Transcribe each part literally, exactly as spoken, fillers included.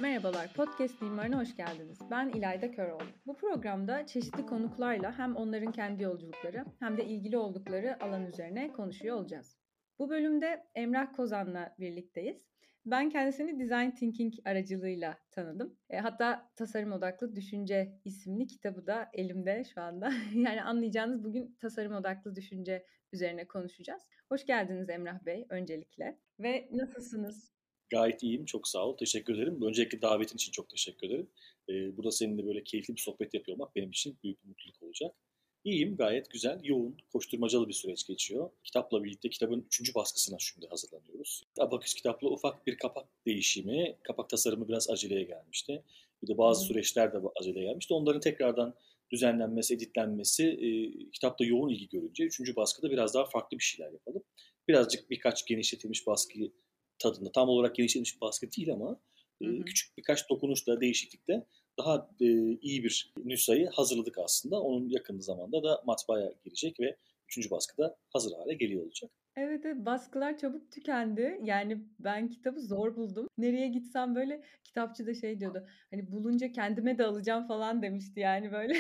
Merhabalar, Podcast Mimarı'na hoş geldiniz. Ben İlayda Köroğlu. Bu programda çeşitli konuklarla hem onların kendi yolculukları hem de ilgili oldukları alan üzerine konuşuyor olacağız. Bu bölümde Emrah Kozan'la birlikteyiz. Ben kendisini Design Thinking aracılığıyla tanıdım. E, hatta Tasarım Odaklı Düşünce isimli kitabı da elimde şu anda. Yani anlayacağınız bugün tasarım odaklı düşünce üzerine konuşacağız. Hoş geldiniz Emrah Bey öncelikle. Ve nasılsınız? Gayet iyiyim. Çok sağ ol. Teşekkür ederim. Öncelikle davetin için çok teşekkür ederim. Ee, burada seninle böyle keyifli bir sohbet yapıyor olmak benim için büyük bir mutluluk olacak. İyiyim. Gayet güzel. Yoğun, koşturmacalı bir süreç geçiyor. Kitapla birlikte kitabın üçüncü baskısına şimdi hazırlanıyoruz. Abaküs kitapla ufak bir kapak değişimi, kapak tasarımı biraz aceleye gelmişti. Bir de bazı süreçler de aceleye gelmişti. Onların tekrardan düzenlenmesi, editlenmesi, e, kitapta yoğun ilgi görünce üçüncü baskıda biraz daha farklı bir şeyler yapalım. Birazcık birkaç genişletilmiş baskıyı tadında. Tam olarak genişlemiş bir baskı değil ama e, hı hı. küçük birkaç dokunuşla, değişiklikle daha e, iyi bir nüshayı hazırladık aslında. Onun yakın zamanda da matbaaya girecek ve üçüncü baskıda hazır hale geliyor olacak. Evet, evet, baskılar çabuk tükendi. Yani ben kitabı zor buldum. Nereye gitsem böyle kitapçı da şey diyordu. Hani bulunca kendime de alacağım falan demişti yani böyle.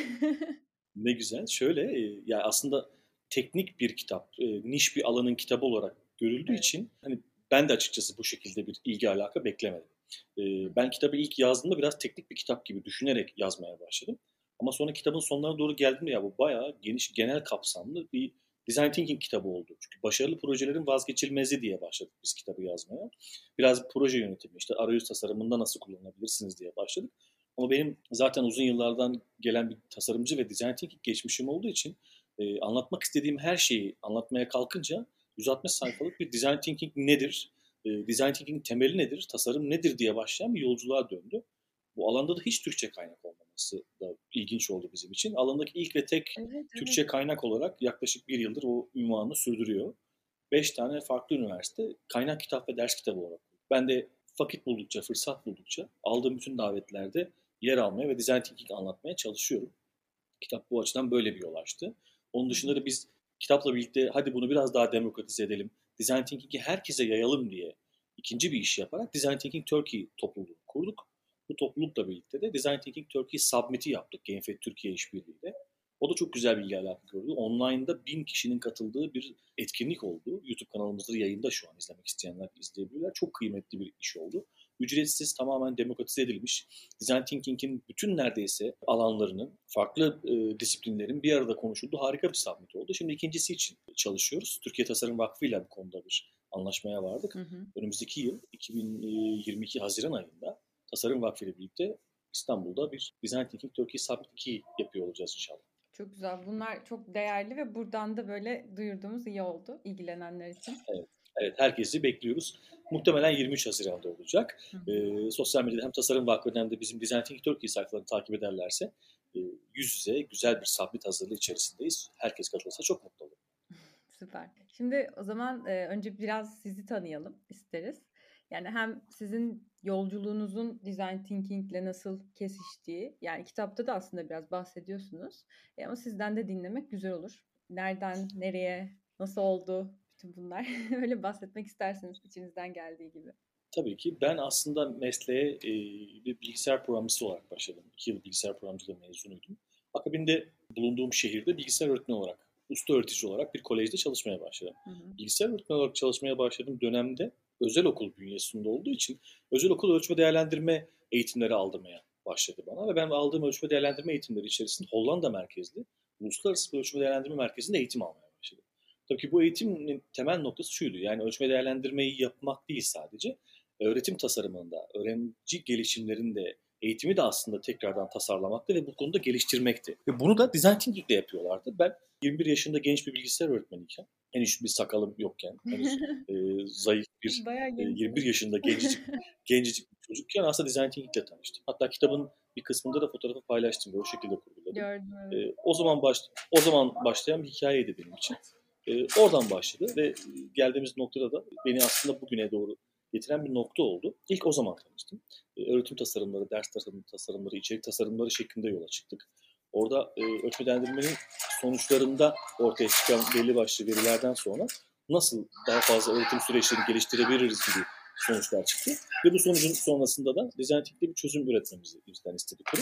Ne güzel. Şöyle e, ya aslında teknik bir kitap, e, niş bir alanın kitabı olarak görüldüğü Evet. için hani ben de açıkçası bu şekilde bir ilgi alaka beklemedim. E, ben kitabı ilk yazdığımda biraz teknik bir kitap gibi düşünerek yazmaya başladım. Ama sonra kitabın sonlarına doğru geldiğimde ya bu bayağı geniş, genel kapsamlı bir design thinking kitabı oldu. Çünkü başarılı projelerin vazgeçilmezi diye başladık biz kitabı yazmaya. Biraz proje yönetimi, işte arayüz tasarımında nasıl kullanabilirsiniz diye başladık. Ama benim zaten uzun yıllardan gelen bir tasarımcı ve design thinking geçmişim olduğu için e, anlatmak istediğim her şeyi anlatmaya kalkınca yüz altmış sayfalık bir design thinking nedir, e, design thinking temeli nedir, tasarım nedir diye başlayan bir yolculuğa döndü. Bu alanda da hiç Türkçe kaynak olmaması da ilginç oldu bizim için. Alandaki ilk ve tek Evet, Türkçe evet. kaynak olarak yaklaşık bir yıldır o ünvanını sürdürüyor. Beş tane farklı üniversite kaynak kitap ve ders kitabı olarak. Ben de vakit buldukça, fırsat buldukça aldığım bütün davetlerde yer almaya ve design thinking anlatmaya çalışıyorum. Kitap bu açıdan böyle bir yol açtı. Onun Hı dışında hı. da biz kitapla birlikte hadi bunu biraz daha demokratize edelim, design thinking'i herkese yayalım diye ikinci bir iş yaparak Design Thinking Turkey topluluğunu kurduk. Bu toplulukla birlikte de Design Thinking Turkey Submit'i yaptık Genfet Türkiye işbirliğiyle. O da çok güzel bir ilgi alaka gördü. Online'da bin kişinin katıldığı bir etkinlik oldu. YouTube kanalımızda yayında şu an izlemek isteyenler izleyebilirler. Çok kıymetli bir iş oldu. Ücretsiz, tamamen demokratize edilmiş. Design Thinking'in bütün neredeyse alanlarının, farklı e, disiplinlerin bir arada konuşulduğu harika bir summit oldu. Şimdi ikincisi için çalışıyoruz. Türkiye Tasarım Vakfı ile bu konuda bir anlaşmaya vardık. Hı hı. Önümüzdeki yıl iki bin yirmi iki Haziran ayında Tasarım Vakfı ile birlikte İstanbul'da bir Design Thinking Turkey Summit iki yapıyor olacağız inşallah. Çok güzel. Bunlar çok değerli ve buradan da böyle duyurduğumuz iyi oldu ilgilenenler için. Evet. Evet, herkesi bekliyoruz. Muhtemelen yirmi üç Haziran'da olacak. Hı hı. Ee, sosyal medyada hem Tasarım Vakfı hem de bizim Design Thinking Turkey sayfalarını takip ederlerse e, yüz yüze güzel bir summit hazırlığı içerisindeyiz. Herkes katılırsa çok mutlu olurum. Süper. Şimdi o zaman e, önce biraz sizi tanıyalım isteriz. Yani hem sizin yolculuğunuzun design thinking ile nasıl kesiştiği, yani kitapta da aslında biraz bahsediyorsunuz. E, ama sizden de dinlemek güzel olur. Nereden, nereye, nasıl oldu bütün bunlar? Öyle bahsetmek isterseniz içinizden geldiği gibi. Tabii ki ben aslında mesleğe e, bir bilgisayar programcısı olarak başladım. İki yıl bilgisayar programcılığı mezunuydum. Akabinde bulunduğum şehirde bilgisayar öğretmeni olarak, usta öğretici olarak bir kolejde çalışmaya başladım. Hı hı. Bilgisayar öğretmeni olarak çalışmaya başladığım dönemde özel okul bünyesinde olduğu için özel okul ölçme değerlendirme eğitimleri aldırmaya başladı bana. Ve ben aldığım ölçme değerlendirme eğitimleri içerisinde Hollanda merkezli Uluslararası Ölçme Değerlendirme Merkezi'nde eğitim almaya başladım. Tabii ki bu eğitimin temel noktası şuydu. Yani ölçme değerlendirmeyi yapmak değil sadece, öğretim tasarımında, öğrenci gelişimlerinde, eğitimi de aslında tekrardan tasarlamaktı ve bu konuda geliştirmekti. Ve bunu da design thinking ile yapıyorlardı. Ben yirmi bir yaşında genç bir bilgisayar öğretmeniyken, henüz bir sakalım yokken, henüz e, zayıf bir Bayağı e, genç. yirmi bir yaşında gencecik, gencecik bir çocukken aslında design thinking ile tanıştım. Hatta kitabın bir kısmında da fotoğrafı paylaştım ve o şekilde kurguladım. Gördüm, E, evet. o zaman baş, o zaman başlayan bir hikayeydi benim için. E, oradan başladı ve geldiğimiz noktada da beni aslında bugüne doğru getiren bir nokta oldu. İlk o zaman tanıştım. E, öğretim tasarımları, ders tasarımları, tasarımları, içerik tasarımları şeklinde yola çıktık. Orada e, ölçmelendirmenin sonuçlarında ortaya çıkan belli başlı verilerden sonra nasıl daha fazla öğretim süreçlerini geliştirebiliriz gibi sonuçlar çıktı. Ve bu sonucun sonrasında da design think'te bir çözüm üretmemizi bizden istedikleri.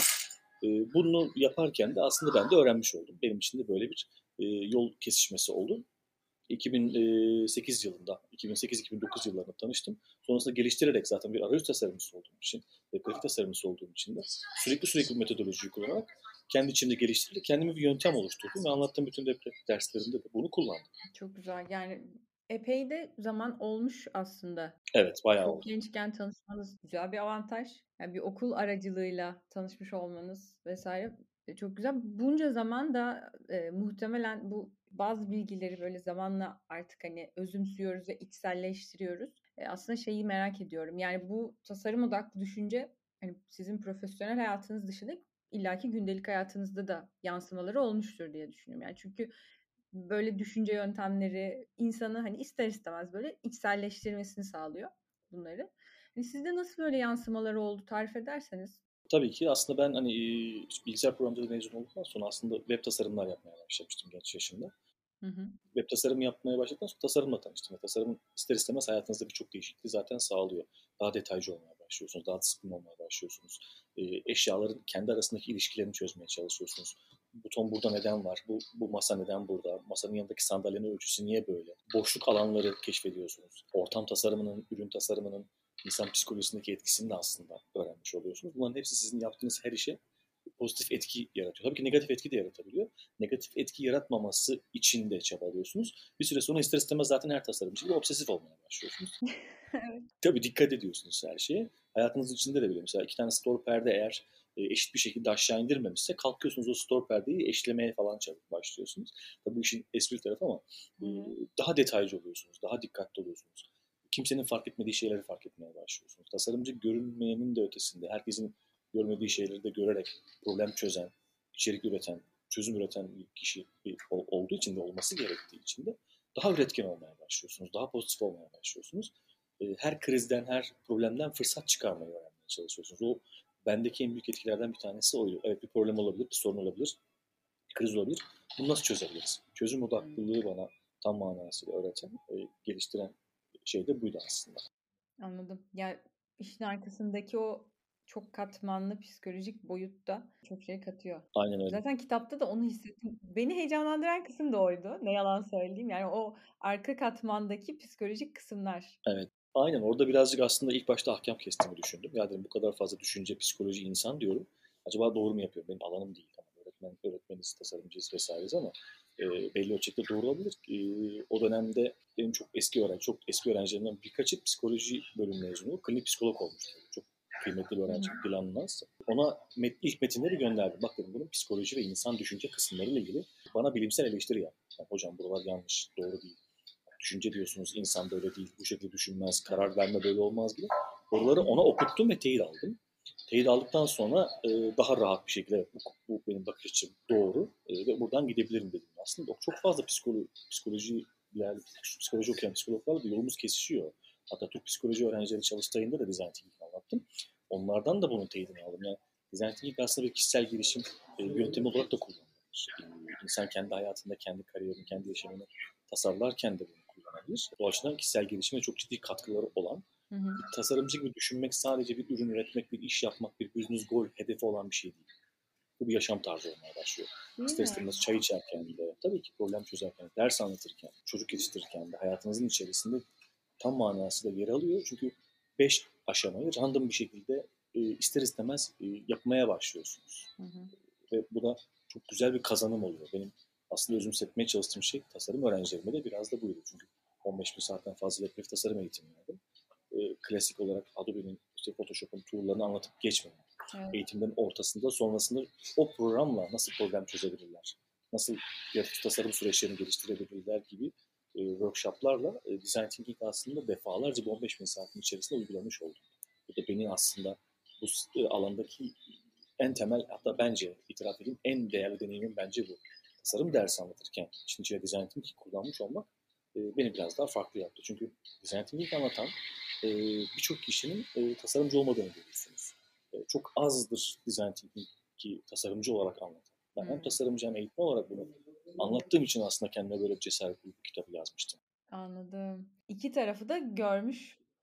E, bunu yaparken de aslında ben de öğrenmiş oldum. Benim için de böyle bir e, yol kesişmesi oldu. iki bin sekiz yılında, iki bin sekiz iki bin dokuz yıllarında tanıştım. Sonrasında geliştirerek zaten bir arayüz tasarımcısı olduğum için ve grafik tasarımcısı olduğum için de sürekli sürekli metodolojiyi kullanarak kendi içimde geliştirerek kendime bir yöntem oluşturdum ve anlattığım bütün derslerimde de bunu kullandım. Çok güzel. Yani epey de zaman olmuş aslında. Evet, bayağı Çok oldu. gençken tanışmanız güzel bir avantaj. Yani bir okul aracılığıyla tanışmış olmanız vesaire çok güzel. Bunca zaman da e, muhtemelen bu bazı bilgileri böyle zamanla artık hani özümsüyoruz ve içselleştiriyoruz. E, aslında şeyi merak ediyorum. Yani bu tasarım odaklı düşünce hani sizin profesyonel hayatınız dışında illaki gündelik hayatınızda da yansımaları olmuştur diye düşünüyorum. Yani çünkü böyle düşünce yöntemleri insanı hani ister istemez böyle içselleştirmesini sağlıyor bunları. Hani sizde nasıl böyle yansımaları oldu tarif ederseniz? Tabii ki aslında ben hani bilgisayar programcılığı mezun olduktan sonra aslında web tasarımlar yapmaya başlamıştım genç yaşımda. Hı hı. Web tasarımı yapmaya başladıktan sonra tasarımla tanıştım. Tasarım ister istemez hayatınızda birçok değişikliği zaten sağlıyor. Daha detaycı olmaya başlıyorsunuz, daha disiplinli olmaya başlıyorsunuz. E, eşyaların kendi arasındaki ilişkilerini çözmeye çalışıyorsunuz. Buton burada neden var? Bu, bu masa neden burada? Masanın yanındaki sandalyenin ölçüsü niye böyle? Boşluk alanları keşfediyorsunuz. Ortam tasarımının, ürün tasarımının insan psikolojisindeki etkisini de aslında öğrenmiş oluyorsunuz. Bunların hepsi sizin yaptığınız her işe pozitif etki yaratıyor. Tabii ki negatif etki de yaratabiliyor. Negatif etki yaratmaması için de çabalıyorsunuz. Bir süre sonra ister istemez zaten her tasarımcı gibi obsesif olmaya başlıyorsunuz. Evet. Tabii dikkat ediyorsunuz her şeye. Hayatınız içinde de bile mesela iki tane store perde eğer e, eşit bir şekilde aşağı indirmemişse kalkıyorsunuz o store perdeyi eşlemeye falan çabuk başlıyorsunuz. Tabii bu işin espri tarafı ama e, daha detaycı oluyorsunuz, daha dikkatli oluyorsunuz. Kimsenin fark etmediği şeyleri fark etmeye başlıyorsunuz. Tasarımcı görünmeyenin de ötesinde, herkesin görmediği şeyleri de görerek problem çözen, içerik üreten, çözüm üreten bir kişi olduğu için de olması gerektiği için de daha üretken olmaya başlıyorsunuz, daha pozitif olmaya başlıyorsunuz. Her krizden, her problemden fırsat çıkarmayı öğrenmeye çalışıyorsunuz. O bendeki en büyük etkilerden bir tanesi oydu. Evet bir problem olabilir, bir sorun olabilir, bir kriz olabilir. Bunu nasıl çözebiliriz? Çözüm odaklılığı bana tam manasıyla öğreten, geliştiren şey de buydu aslında. Anladım. Ya işin arkasındaki o çok katmanlı psikolojik boyutta çok şey katıyor. Aynen öyle. Zaten kitapta da onu hissettim. Beni heyecanlandıran kısım da oydu. Ne yalan söyleyeyim. Yani o arka katmandaki psikolojik kısımlar. Evet. Aynen orada birazcık aslında ilk başta ahkam kestiğimi düşündüm. Ya dedim bu kadar fazla düşünce, psikoloji, insan diyorum. Acaba doğru mu yapıyorum? Benim alanım değil. Tamam, öğretmen, öğretmeniz, tasarımcıyız vesaire ama e, belli ölçekte doğru olabilir. E, o dönemde benim çok eski öğrenci, çok eski öğrencilerimden birkaçı psikoloji bölüm mezunu, klinik psikolog olmuştu. Çok kıymetli bir öğrenci, Dilan Naz. Ona met, ilk metinleri gönderdim. Bak dedim bunun psikoloji ve insan düşünce kısımlarıyla ilgili bana bilimsel eleştiri yap. Yani, hocam buralar yanlış, doğru değil. Düşünce diyorsunuz, insan böyle değil, bu şekilde düşünmez, karar verme böyle olmaz gibi. Oraları ona okuttum ve teyit aldım. Teyit aldıktan sonra e, daha rahat bir şekilde bu, bu benim bakış açım doğru e, ve buradan gidebilirim dedim. Aslında çok fazla psikolo psikoloji yani psikoloji okuyan psikologlarla da yolumuz kesişiyor. Hatta Türk psikoloji öğrencileri çalıştayında da design thinking anlattım. Onlardan da bunun teyidini aldım. Yani design thinking aslında bir kişisel gelişim e, yöntemi olarak da kullanılır. E, insan kendi hayatında, kendi kariyerini, kendi yaşamını tasarlarken de bunu kullanabilir. O açıdan kişisel gelişime çok ciddi katkıları olan, Hı hı. bir tasarımcı gibi düşünmek sadece bir ürün üretmek, bir iş yapmak, bir business goal hedefi olan bir şey değil. Bu bir yaşam tarzı olmaya başlıyor. İster istemez çay içerken de, tabii ki problem çözerken, ders anlatırken, çocuk yetiştirirken de hayatınızın içerisinde tam manasıyla yer alıyor. Çünkü beş aşamayı random bir şekilde e, ister istemez e, yapmaya başlıyorsunuz. Hı hı. Ve bu da çok güzel bir kazanım oluyor. Benim aslında özümsetmeye çalıştığım şey tasarım öğrencilerime de biraz da buydu. Çünkü on beş bin saatten fazla grafik tasarım eğitimi verdim. E, klasik olarak Adobe'nin, işte Photoshop'un tool'larını anlatıp geçmedim. Evet. Eğitimlerin ortasında, sonrasında o programla nasıl problem çözebilirler, nasıl grafik tasarım süreçlerini geliştirebilirler gibi e, workshoplarla e, design thinking aslında defalarca bu on beş bin saatin içerisinde uygulamış oldum. Bu da beni aslında bu e, alandaki en temel, hatta bence itiraf edeyim en değerli deneyimim bence bu. Tasarım dersi anlatırken işin içine design thinking kullanmış olmak e, beni biraz daha farklı yaptı. Çünkü design thinking anlatan e, birçok kişinin e, tasarımcı olmadığını görürsünüz. E, çok azdır design thinking'i tasarımcı olarak anlatan. Ben hem tasarımcı hem eğitmen olarak bunu anlattığım için aslında kendime böyle bir cesaret bulup bir kitabı yazmıştım. Anladım. İki tarafı da görmüş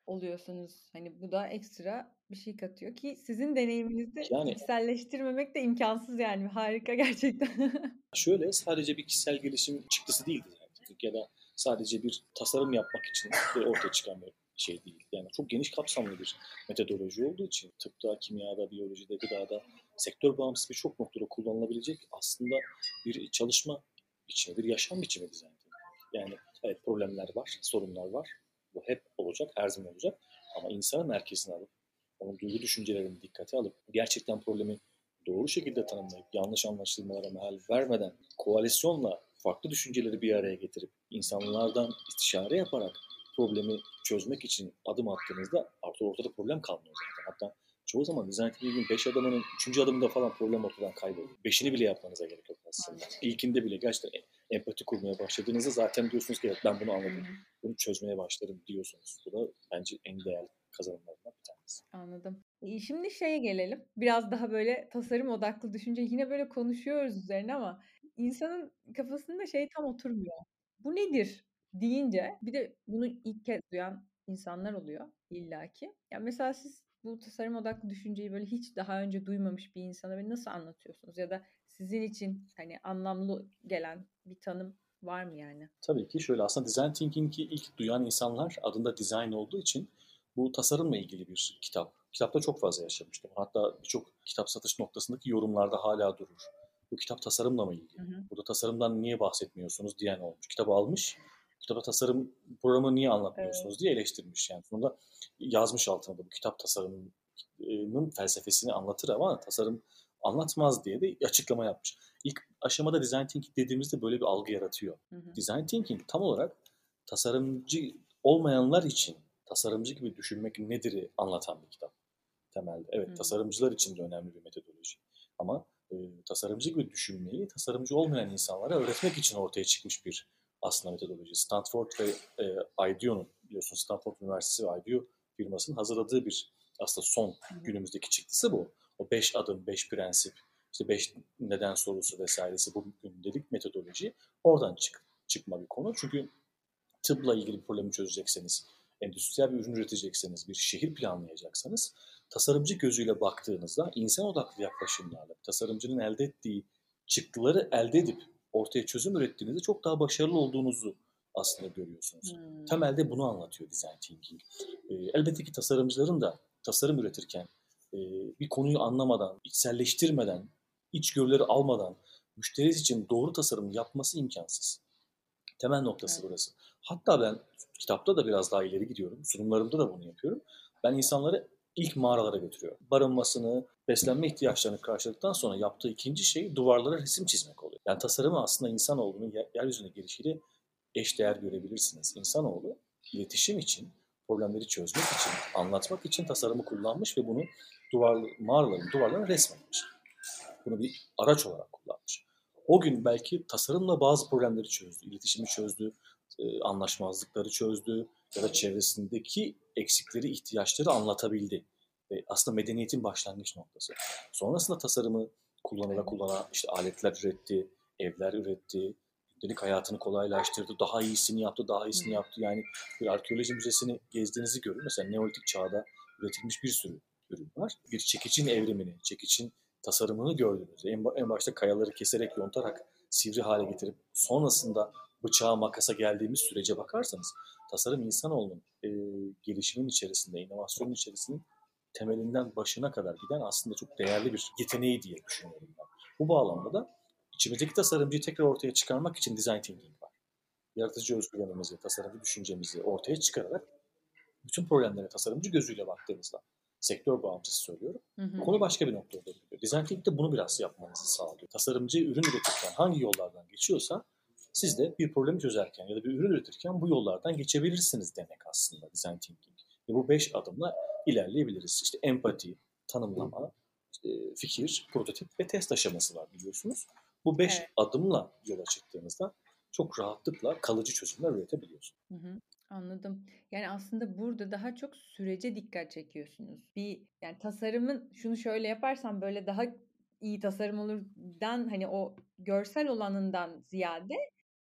oluyorsunuz. Hani bu da ekstra bir şey katıyor ki sizin deneyiminizde Yani içselleştirmemek de imkansız yani. Harika gerçekten. şöyle, sadece bir kişisel gelişim çıktısı değildi zaten. Ya da sadece bir tasarım yapmak için de ortaya çıkan bir şey değil. Yani çok geniş kapsamlı bir metodoloji olduğu için tıpta, kimyada, biyolojide, gıdada sektör bağımsız birçok noktada kullanılabilecek aslında bir çalışma biçimi, bir yaşam biçimi dizayn edildi. Yani evet, problemler var, sorunlar var. Bu hep olacak, her zaman olacak. Ama insanı merkezine alıp, onun duygu düşüncelerini dikkate alıp, gerçekten problemi doğru şekilde tanımlayıp, yanlış anlaşılmalara mahal vermeden, koalisyonla farklı düşünceleri bir araya getirip, insanlardan istişare yaparak problemi çözmek için adım attığınızda artık ortada problem kalmıyor zaten. Hatta çoğu zaman design thinking'in beş adımının üçüncü adımında falan problem ortadan kayboluyor. Beşini bile yapmanıza gerek yok aslında. İlkinde bile gerçekten empati kurmaya başladığınızda zaten diyorsunuz ki evet, ben bunu anladım. Bunu çözmeye başlarım diyorsunuz. Bu da bence en değerli kazanımlarından bir tanesi. Anladım. İii, şimdi şeye gelelim. Biraz daha böyle tasarım odaklı düşünce. Yine böyle konuşuyoruz üzerine ama insanın kafasında şey tam oturmuyor. "Bu nedir?" deyince bir de bunu ilk kez duyan insanlar oluyor illaki. Ya, mesela siz bu tasarım odaklı düşünceyi böyle hiç daha önce duymamış bir insana böyle nasıl anlatıyorsunuz? Ya da sizin için, hani, anlamlı gelen bir tanım var mı yani? Tabii ki şöyle, aslında design thinking'i ilk duyan insanlar adında design olduğu için bu tasarımla ilgili bir kitap. Kitapta çok fazla yaşamıştım. Hatta birçok kitap satış noktasındaki yorumlarda hala durur. Bu kitap tasarımla mı ilgili? Hı hı. Burada tasarımdan niye bahsetmiyorsunuz diyen olmuş. Kitabı almış, kitaba tasarım programı niye Evet. anlatmıyorsunuz diye eleştirmiş. Yani sonunda yazmış altına da bu kitap tasarımının felsefesini anlatır ama tasarım anlatmaz diye de açıklama yapmış. İlk aşamada design thinking dediğimizde böyle bir algı yaratıyor. Hı hı. Design thinking tam olarak tasarımcı olmayanlar için tasarımcı gibi düşünmek nedir'i anlatan bir kitap temelde. Hı Evet, hı. tasarımcılar için de önemli bir metodoloji. Ama e, tasarımcı gibi düşünmeyi tasarımcı olmayan insanlara öğretmek için ortaya çıkmış bir aslında metodoloji. Stanford ve e, I D Eo'nun, biliyorsun Stanford Üniversitesi ve I D Eo firmasının hazırladığı bir aslında son Hı hı. günümüzdeki çıktısı bu. O beş adım, beş prensip, işte beş neden sorusu vesairesi bu gündelik metodoloji oradan çık, çıkma bir konu. Çünkü tıpla ilgili bir problemi çözecekseniz, endüstriyel bir ürün üretecekseniz, bir şehir planlayacaksanız, tasarımcı gözüyle baktığınızda insan odaklı yaklaşımlarla tasarımcının elde ettiği çıktıları elde edip ortaya çözüm ürettiğinizde çok daha başarılı olduğunuzu aslında görüyorsunuz. Hımm. Temelde bunu anlatıyor design thinking. E, elbette ki tasarımcıların da tasarım üretirken e, bir konuyu anlamadan, içselleştirmeden, içgörüleri almadan müşterisi için doğru tasarım yapması imkansız. Temel noktası Evet. burası. Hatta ben kitapta da biraz daha ileri gidiyorum. Sunumlarımda da bunu yapıyorum. Ben insanları ilk mağaralara götürüyorum. Barınmasını, beslenme ihtiyaçlarını karşıladıktan sonra yaptığı ikinci şey duvarlara resim çizmek oluyor. Yani tasarımı aslında insanoğlunun yeryüzüne gelişiyle eşdeğer görebilirsiniz. İnsanoğlu iletişim için, problemleri çözmek için, anlatmak için tasarımı kullanmış ve bunu duvar, mağaraların duvarlarına resmetmiş. Bunu bir araç olarak kullanmış. O gün belki tasarımla bazı problemleri çözdü, iletişimi çözdü, e, anlaşmazlıkları çözdü ya da çevresindeki eksikleri, ihtiyaçları anlatabildi. Ve aslında medeniyetin başlangıç noktası. Sonrasında tasarımı kullanıla Evet. kullana işte aletler üretti, evler üretti, gündelik hayatını kolaylaştırdı, daha iyisini yaptı, daha iyisini Hı. yaptı. Yani bir arkeoloji müzesini gezdiğinizi görün. Mesela Neolitik çağda üretilmiş bir sürü ürün var. Bir çekiçin evrimini, çekiçin tasarımını gördüğünüzde en, en başta kayaları keserek, yontarak sivri hale getirip sonrasında bıçağa, makasa geldiğimiz sürece bakarsanız tasarım insanoğlunun e, gelişimin içerisinde, inovasyonun içerisinde temelinden başına kadar giden aslında çok değerli bir yeteneği diye düşünüyorum ben. Bu bağlamda da içimizdeki tasarımcıyı tekrar ortaya çıkarmak için design thinking var. Yaratıcı özgüvenimizi, tasarımcı düşüncemizi ortaya çıkararak bütün problemlere tasarımcı gözüyle baktığınızda, sektör bağımsız söylüyorum, Hı hı. konu başka bir noktaya doğru gidiyor. Design thinking de bunu biraz yapmanızı sağlıyor. Tasarımcı ürün üretirken hangi yollardan geçiyorsa siz de bir problemi çözerken ya da bir ürün üretirken bu yollardan geçebilirsiniz demek aslında design thinking. Ve bu beş adımla ilerleyebiliriz. İşte empati, tanımlama, işte fikir, prototip ve test aşaması var biliyorsunuz. Bu beş Evet. adımla yola çıktığınızda çok rahatlıkla kalıcı çözümler üretebiliyorsunuz. Hı hı. Anladım. Yani, aslında burada daha çok sürece dikkat çekiyorsunuz. Bir, yani, tasarımın şunu şöyle yaparsam böyle daha iyi tasarım olurdan, hani, o görsel olanından ziyade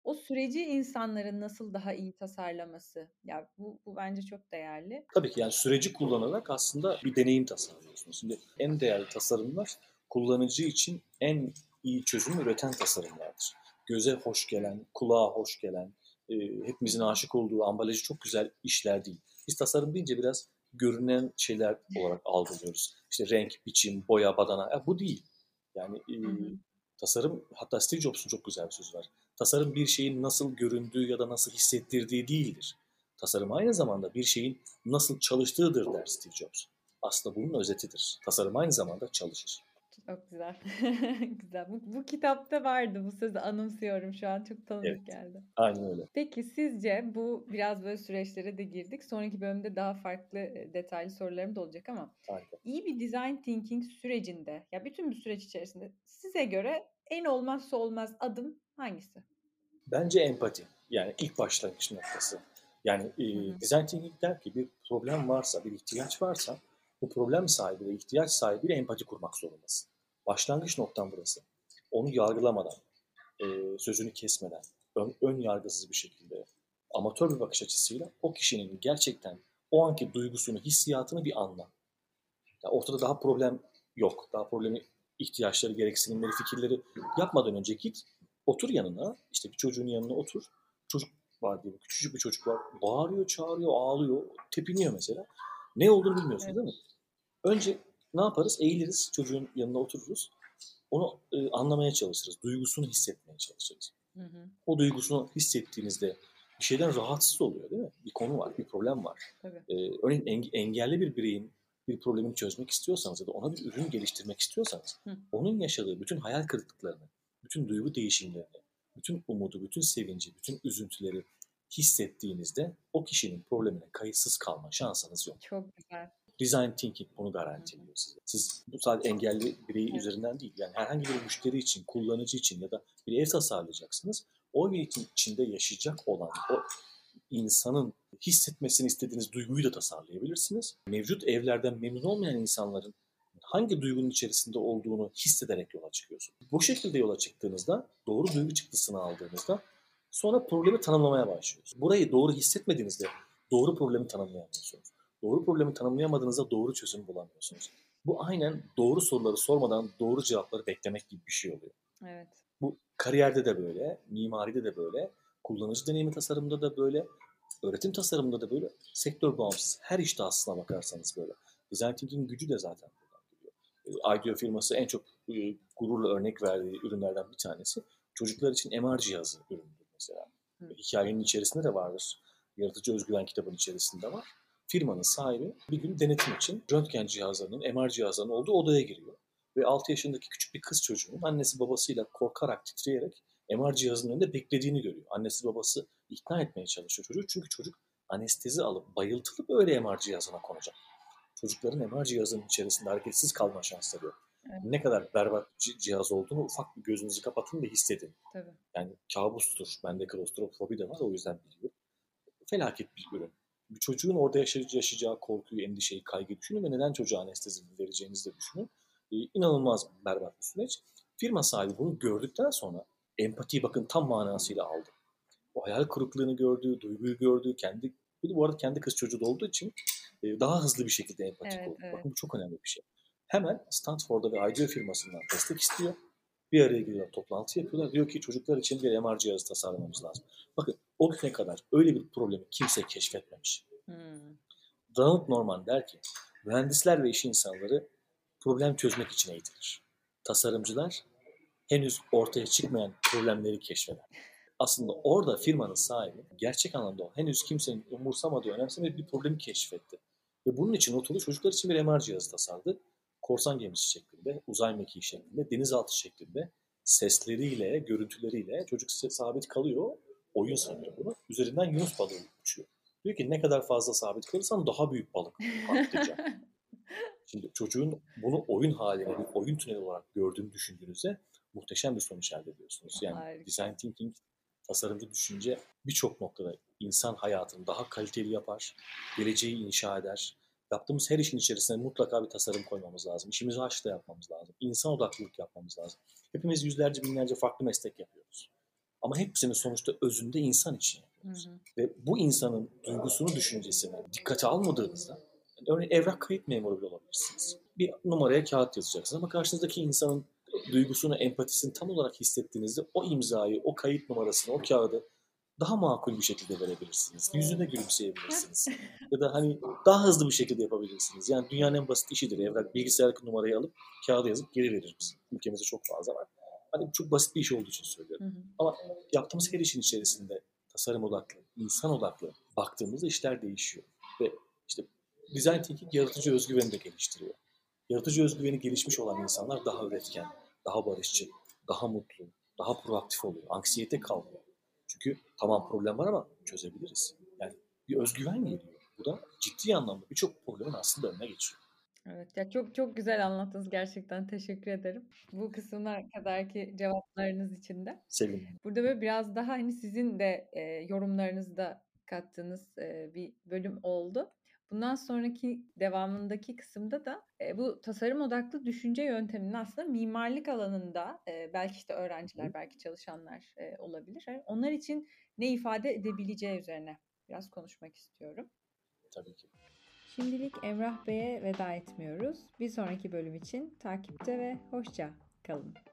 O süreci insanların nasıl daha iyi tasarlaması, ya bu bu bence çok değerli. Tabii ki yani süreci kullanarak aslında bir deneyim tasarlıyorsunuz. Şimdi en değerli tasarımlar kullanıcı için en iyi çözümü üreten tasarımlardır. Göze hoş gelen, kulağa hoş gelen, e, hepimizin aşık olduğu ambalajı çok güzel işler değil. Biz tasarım deyince biraz görünen şeyler olarak algılıyoruz. İşte renk, biçim, boya, badana. Ya bu değil. Yani e, Hı hı. tasarım, hatta Steve Jobs'un çok güzel bir sözü var. Tasarım bir şeyin nasıl göründüğü ya da nasıl hissettirdiği değildir. Tasarım aynı zamanda bir şeyin nasıl çalıştığıdır der Steve Jobs. Aslında bunun özetidir. Tasarım aynı zamanda çalışır. Çok güzel. Güzel. Bu, bu kitapta vardı. Bu sözü anımsıyorum şu an. Çok Evet, tanıdık geldi. aynen öyle. Peki sizce bu biraz böyle süreçlere de girdik. Sonraki bölümde daha farklı e, detaylı sorularım da olacak ama Harika. iyi bir design thinking sürecinde ya bütün bir süreç içerisinde size göre en olmazsa olmaz adım hangisi? Bence empati. Yani ilk başlangıç noktası. Yani e, Hı hı. design thinking der ki bir problem varsa, bir ihtiyaç varsa bu problem sahibi ve ihtiyaç sahibiyle empati kurmak zorundasın. Başlangıç noktan burası. Onu yargılamadan, e, sözünü kesmeden, ön, ön yargısız bir şekilde, amatör bir bakış açısıyla o kişinin gerçekten o anki duygusunu, hissiyatını bir anla. Ya ortada daha problem yok. Daha problemi, ihtiyaçları, gereksinimleri, fikirleri yapmadan önce git, otur yanına, işte bir çocuğun yanına otur. Çocuk var diye, küçücük bir çocuk var. Bağırıyor, çağırıyor, ağlıyor, tepiniyor mesela. Ne olduğunu bilmiyorsun Evet. değil mi? Önce ne yaparız? Eğiliriz, çocuğun yanına otururuz. Onu e, anlamaya çalışırız. Duygusunu hissetmeye çalışırız. Hı hı. O duygusunu hissettiğinizde bir şeyden rahatsız oluyor değil mi? Bir konu var, bir problem var. Tabii. Ee, örneğin eng- engelli bir bireyin bir problemini çözmek istiyorsanız ya da ona bir ürün geliştirmek istiyorsanız Hı. onun yaşadığı bütün hayal kırıklıklarını, bütün duygu değişimlerini, bütün umudu, bütün sevinci, bütün üzüntüleri hissettiğinizde o kişinin problemine kayıtsız kalma şansınız yok. Çok güzel. Design Thinking bunu Hı garanti hı. ediyor size. Siz bu sadece engelli bireyi Evet. üzerinden değil, yani herhangi bir müşteri için, kullanıcı için ya da bir ev tasarlayacaksınız. O evin içinde yaşayacak olan o insanın hissetmesini istediğiniz duyguyu da tasarlayabilirsiniz. Mevcut evlerden memnun olmayan insanların hangi duygunun içerisinde olduğunu hissederek yola çıkıyorsunuz. Bu şekilde yola çıktığınızda, doğru duygu çıktısını aldığınızda sonra problemi tanımlamaya başlıyorsunuz. Burayı doğru hissetmediğinizde doğru problemi tanımlayamıyorsunuz. Doğru problemi tanımlayamadığınızda doğru çözüm bulamıyorsunuz. Bu aynen doğru soruları sormadan doğru cevapları beklemek gibi bir şey oluyor. Evet. Bu kariyerde de böyle, mimaride de böyle, kullanıcı deneyimi tasarımında da böyle, öğretim tasarımında da böyle, sektör bağımsız. Her işte aslına bakarsanız böyle. Design Thinking'in gücü de zaten buradan geliyor. E, IDEO firması en çok e, gururla örnek verdiği ürünlerden bir tanesi. Çocuklar için M R cihazı ürünüdür mesela. Hı. Hikayenin içerisinde de vardır. Yaratıcı Özgüven kitabının içerisinde var. Firmanın sahibi bir gün denetim için röntgen cihazlarının, M R cihazlarının olduğu odaya giriyor. Ve altı yaşındaki küçük bir kız çocuğunun annesi babasıyla korkarak, titreyerek M R cihazının önünde beklediğini görüyor. Annesi babası ikna etmeye çalışıyor çocuğu. Çünkü çocuk anestezi alıp bayıltılıp öyle M R cihazına konacak. Çocukların M R cihazının içerisinde hareketsiz kalma şansları yok. Evet. Ne kadar berbat cihaz olduğunu ufak bir gözünüzü kapatın ve hissedin. Tabii. Yani kabustur. Bende klostrofobi de var, o yüzden biliyorum. Felaket bir ürün. Bir çocuğun orada yaşayacağı korkuyu, endişeyi, kaygıyı düşünün ve neden çocuğa anestezi vereceğinizi de düşünün. Ee, inanılmaz berbat bir süreç. Firma sahibi bunu gördükten sonra empatiyi bakın tam manasıyla aldı. O hayal kırıklığını gördü, duyguyu gördü, kendi bir de bu arada kendi kız çocuğu da olduğu için e, daha hızlı bir şekilde empatik Evet, oldu. evet. Bakın bu çok önemli bir şey. Hemen Stanford'da ve IDEO firmasından destek istiyor. Bir araya geliyorlar, toplantı yapıyorlar. Diyor ki çocuklar için bir M R cihazı tasarlamamız lazım. Bakın o güne kadar öyle bir problemi kimse keşfetmemiş. Hmm. Donald Norman der ki mühendisler ve iş insanları problem çözmek için eğitilir. Tasarımcılar henüz ortaya çıkmayan problemleri keşfeder. Aslında orada firmanın sahibi gerçek anlamda o henüz kimsenin umursamadığı, önemsemediği bir problemi keşfetti. Ve bunun için oturdu çocuklar için bir M R cihazı tasarladı. Korsan gemisi şeklinde, uzay mekiği şeklinde, denizaltı şeklinde, sesleriyle, görüntüleriyle çocuk sabit kalıyor, oyun sanıyor bunu. Üzerinden Yunus balığı uçuyor. Diyor ki ne kadar fazla sabit kalırsan daha büyük balık atlayacak. Şimdi çocuğun bunu oyun haline, bir oyun tüneli olarak gördüğünü düşündüğünüzde muhteşem bir sonuç elde ediyorsunuz. Yani Harika. design thinking, tasarımcı düşünce birçok noktada insan hayatını daha kaliteli yapar, geleceği inşa eder. Yaptığımız her işin içerisine mutlaka bir tasarım koymamız lazım. İşimizi aşkla yapmamız lazım. İnsan odaklılık yapmamız lazım. Hepimiz yüzlerce binlerce farklı meslek yapıyoruz. Ama hepsinin sonuçta özünde insan için yapıyoruz. Hı hı. Ve bu insanın duygusunu, düşüncesini dikkate almadığınızda, yani örneğin evrak kayıt memuru bile olabilirsiniz. Bir numaraya kağıt yazacaksınız ama karşınızdaki insanın duygusunu, empatisini tam olarak hissettiğinizde o imzayı, o kayıt numarasını, o kağıdı daha makul bir şekilde verebilirsiniz. Yüzüne gülümseyebilirsiniz. Ya da hani daha hızlı bir şekilde yapabilirsiniz. Yani dünyanın en basit işidir. Evrak bilgisayardaki numarayı alıp kağıda yazıp geri verir bizim. Ülkemizde çok fazla var. Hani çok basit bir iş olduğu için söylüyorum. Hı hı. Ama yaptığımız her işin içerisinde tasarım odaklı, insan odaklı baktığımızda işler değişiyor. Ve işte design thinking yaratıcı özgüveni de geliştiriyor. Yaratıcı özgüveni gelişmiş olan insanlar daha üretken, daha barışçıl, daha mutlu, daha proaktif oluyor. Anksiyete kalmıyor. Çünkü tamam problem var ama çözebiliriz. Yani bir özgüven geliyor. Bu da ciddi anlamda birçok problemin aslında önüne geçiyor. Evet, ya çok çok güzel anlattınız gerçekten. Teşekkür ederim. Bu kısımlar kadarki cevaplarınız için de. Sevindim. Burada böyle biraz daha hani sizin de e, yorumlarınızı da kattığınız e, bir bölüm oldu. Bundan sonraki devamındaki kısımda da e, bu tasarım odaklı düşünce yönteminin aslında mimarlık alanında e, belki işte öğrenciler, belki çalışanlar e, olabilir. Yani onlar için ne ifade edebileceği üzerine biraz konuşmak istiyorum. Tabii ki. Şimdilik Emrah Bey'e veda etmiyoruz. Bir sonraki bölüm için takipte ve hoşça kalın.